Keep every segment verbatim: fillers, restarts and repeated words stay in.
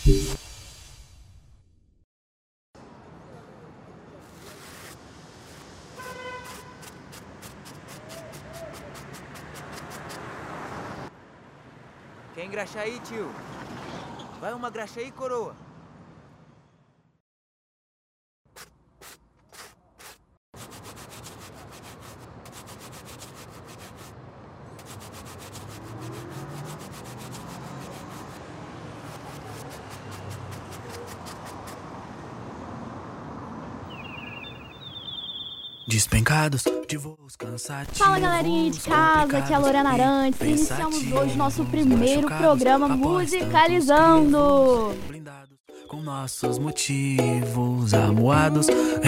Quer engraxar aí, tio? Vai uma graxa aí, coroa. Despencados de voos cansativos. Fala, galerinha de casa, aqui é a Lorena Arantes. Iniciamos hoje nosso primeiro programa Musicalizando. Blindados com nossos motivos, amuados,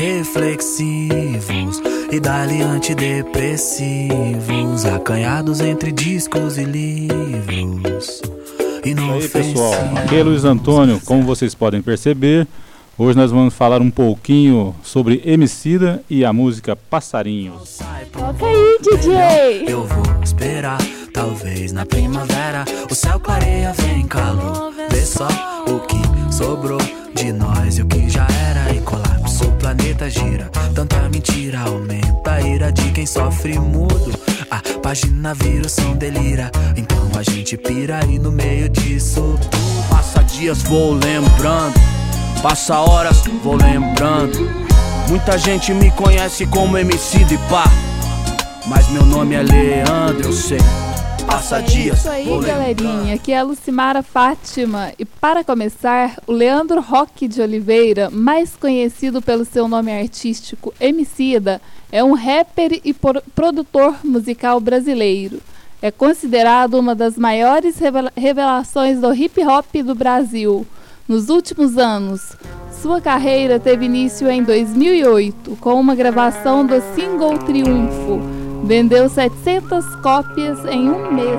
reflexivos e dali antidepressivos, acanhados entre discos e livros. E aí, pessoal, aqui é Luiz Antônio. Como vocês podem perceber, hoje nós vamos falar um pouquinho sobre Emicida e a música Passarinhos. Toca aí, D J! Eu vou esperar, talvez na primavera o céu clareia, vem calor. Vê só o que sobrou de nós e o que já era. E colapso, o planeta gira, tanta mentira aumenta a ira de quem sofre mudo. A página vira, o som delira, então a gente pira e no meio disso tudo. Passa dias, vou lembrando, passa horas, vou lembrando. Muita gente me conhece como Emicida e pá, mas meu nome é Leandro, eu sei. Passa É dias, isso aí, vou galerinha. lembrando. Aqui é a Lucimara Fátima. E para começar, o Leandro Roque de Oliveira, mais conhecido pelo seu nome artístico Emicida, é um rapper e por- produtor musical brasileiro. É considerado uma das maiores revela- revelações do hip hop do Brasil. Nos últimos anos, sua carreira teve início em dois mil e oito, com uma gravação do single Triunfo. Vendeu setecentas cópias em um mês.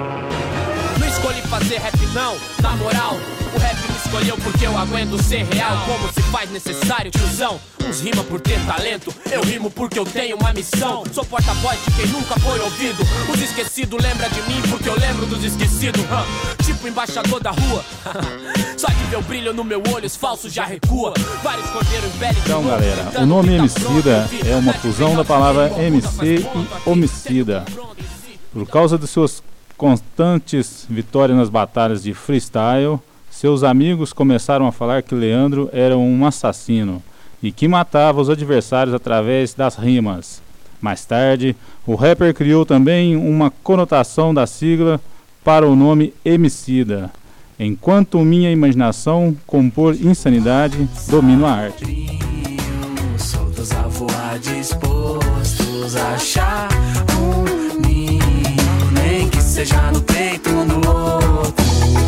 Não escolhi fazer rap não, na moral. O rap me escolheu porque eu aguento ser real. Como se faz necessário, tiozão. Uns rimam por ter talento, eu rimo porque eu tenho uma missão. Sou porta-voz de quem nunca foi ouvido. Os esquecidos lembram de mim porque eu lembro dos esquecidos. Hum, tipo embaixador da rua. Só de ver o brilho no meu olho, os falsos já recua. Vários cordeiros velhos. Então, galera, o nome Emicida é uma fusão da palavra M C e homicida. Por causa de suas constantes vitórias nas batalhas de freestyle, seus amigos começaram a falar que Leandro era um assassino e que matava os adversários através das rimas. Mais tarde, o rapper criou também uma conotação da sigla para o nome Emicida. Enquanto minha imaginação compor insanidade, domino a arte. Soltos a voar, dispostos a achar um ninho, nem que seja no peito no outro.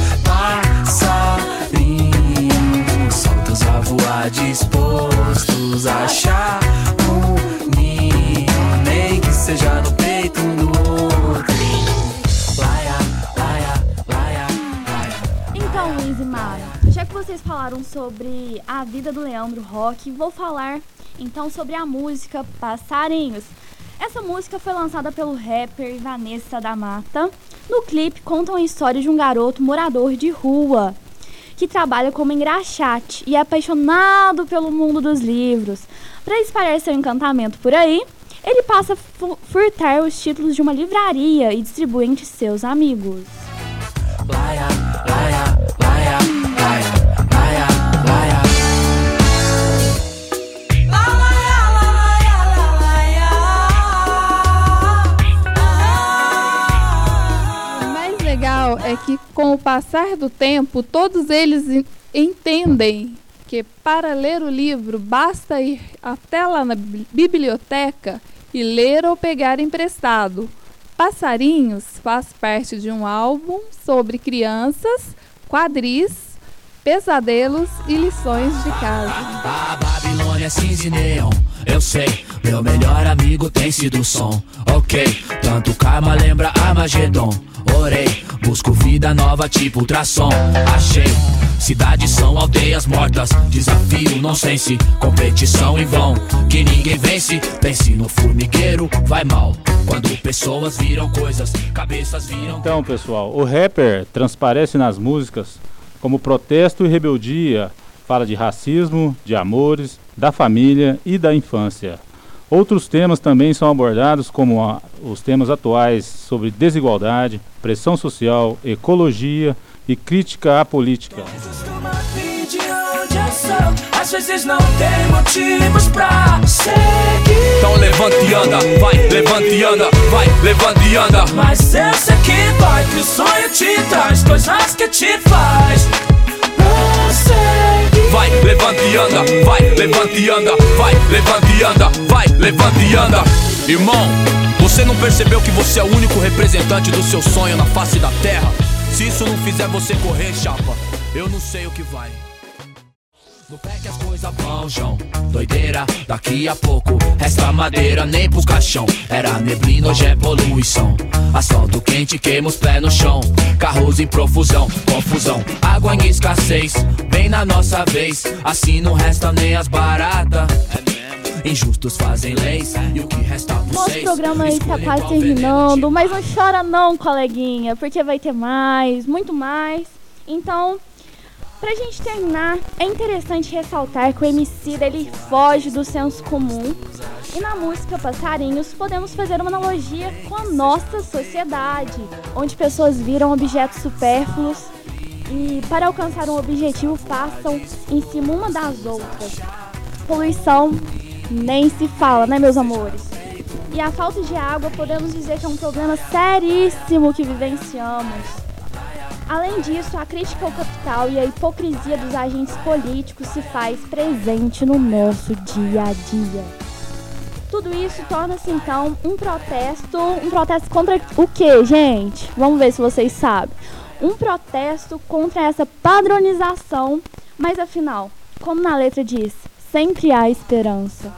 Passarinhos, soltos a voar, dispostos a achar um ninho, nem que seja no peito no outro. Laia, laia, laia, laia. Então, Luiz e Mara, já que vocês falaram sobre a vida do Leandro Roque, vou falar então sobre a música Passarinhos. Essa música foi lançada pelo rapper Vanessa da Mata. No clipe conta a história de um garoto morador de rua que trabalha como engraxate e é apaixonado pelo mundo dos livros. Para espalhar seu encantamento por aí, ele passa a fu- furtar os títulos de uma livraria e distribui entre seus amigos. Laia, laia, laia, laia, laia, laia. O mais legal é que, com o passar do tempo, todos eles en- entendem que para ler o livro basta ir até lá na bibli- biblioteca e ler ou pegar emprestado. Passarinhos faz parte de um álbum sobre crianças, quadris, pesadelos e lições de casa. A Babilônia é cinza e neon, eu sei, meu melhor amigo tem sido o som. Ok, tanto karma lembra Armagedon. Orei, busco vida nova tipo ultrassom. Achei, cidades são aldeias mortas. Desafio, nonsense, competição em vão. Que ninguém vence, pense no formigueiro, vai mal. Quando pessoas viram coisas, cabeças viram. Então, pessoal, o rapper transparece nas músicas como protesto e rebeldia, fala de racismo, de amores, da família e da infância. Outros temas também são abordados, como a, os temas atuais sobre desigualdade, pressão social, ecologia e crítica à política. Às vezes não tem motivos pra seguir. Então levanta e anda, vai, levanta e anda, vai, levanta e anda. Mas eu sei que vai, que o sonho te traz coisas que te faz prosseguir. Vai, levanta e anda, vai, levanta e anda, vai, levanta e anda, vai, levanta e anda. Irmão, você não percebeu que você é o único representante do seu sonho na face da terra? Se isso não fizer você correr, chapa, eu não sei o que vai. No pé que as coisas vão, João. Doideira, daqui a pouco resta madeira nem pro caixão. Era neblina, hoje é poluição. Asfalto quente, queima os pés no chão. Carros em profusão, confusão. Água em escassez, bem na nossa vez. Assim não resta nem as baratas. Injustos fazem leis e o que resta por Nosso seis. programa aí tá quase terminando, mas não chora não, coleguinha, porque vai ter mais, muito mais. Então, pra gente terminar, é interessante ressaltar que o Emicida, ele foge do senso comum. E na música Passarinhos podemos fazer uma analogia com a nossa sociedade, onde pessoas viram objetos supérfluos e para alcançar um objetivo passam em cima uma das outras. Poluição nem se fala, né, meus amores? E a falta de água podemos dizer que é um problema seríssimo que vivenciamos. Além disso, a crítica ao capital e a hipocrisia dos agentes políticos se faz presente no nosso dia a dia. Tudo isso torna-se, então, um protesto, um protesto contra o quê, gente? Vamos ver se vocês sabem. Um protesto contra essa padronização, mas afinal, como na letra diz, sempre há esperança.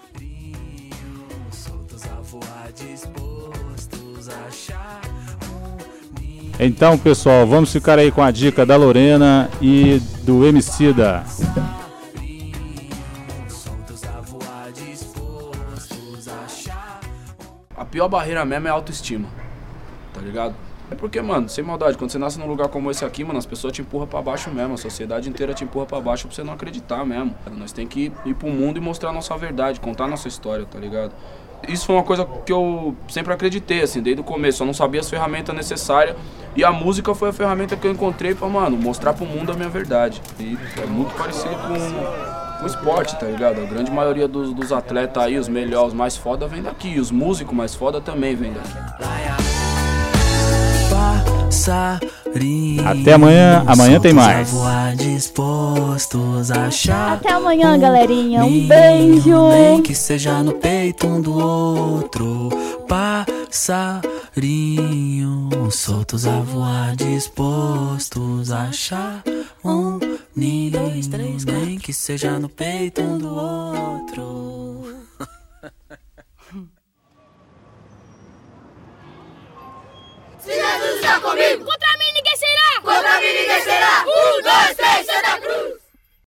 Então, pessoal, vamos ficar aí com a dica da Lorena e do Emicida. A pior barreira mesmo é a autoestima, tá ligado? É porque, mano, sem maldade, quando você nasce num lugar como esse aqui, mano, as pessoas te empurram pra baixo mesmo, a sociedade inteira te empurra pra baixo pra você não acreditar mesmo. Nós tem que ir pro mundo e mostrar a nossa verdade, contar a nossa história, tá ligado? Isso foi uma coisa que eu sempre acreditei, assim, desde o começo. Eu não sabia as ferramentas necessárias e a música foi a ferramenta que eu encontrei pra, mano, mostrar pro mundo a minha verdade. E é muito parecido com o esporte, tá ligado? A grande maioria dos, dos atletas aí, os melhores, os mais foda, vem daqui. E os músicos mais foda também vêm daqui. Até amanhã, amanhã tem mais. Até amanhã, galerinha. Um beijo. Nem que seja no peito um do outro. Passarinho, soltos a voar, dispostos a achar um ninho. Nem que seja no peito um do outro. Se Jesus está comigo, contra mim ninguém será. Contra mim ninguém será.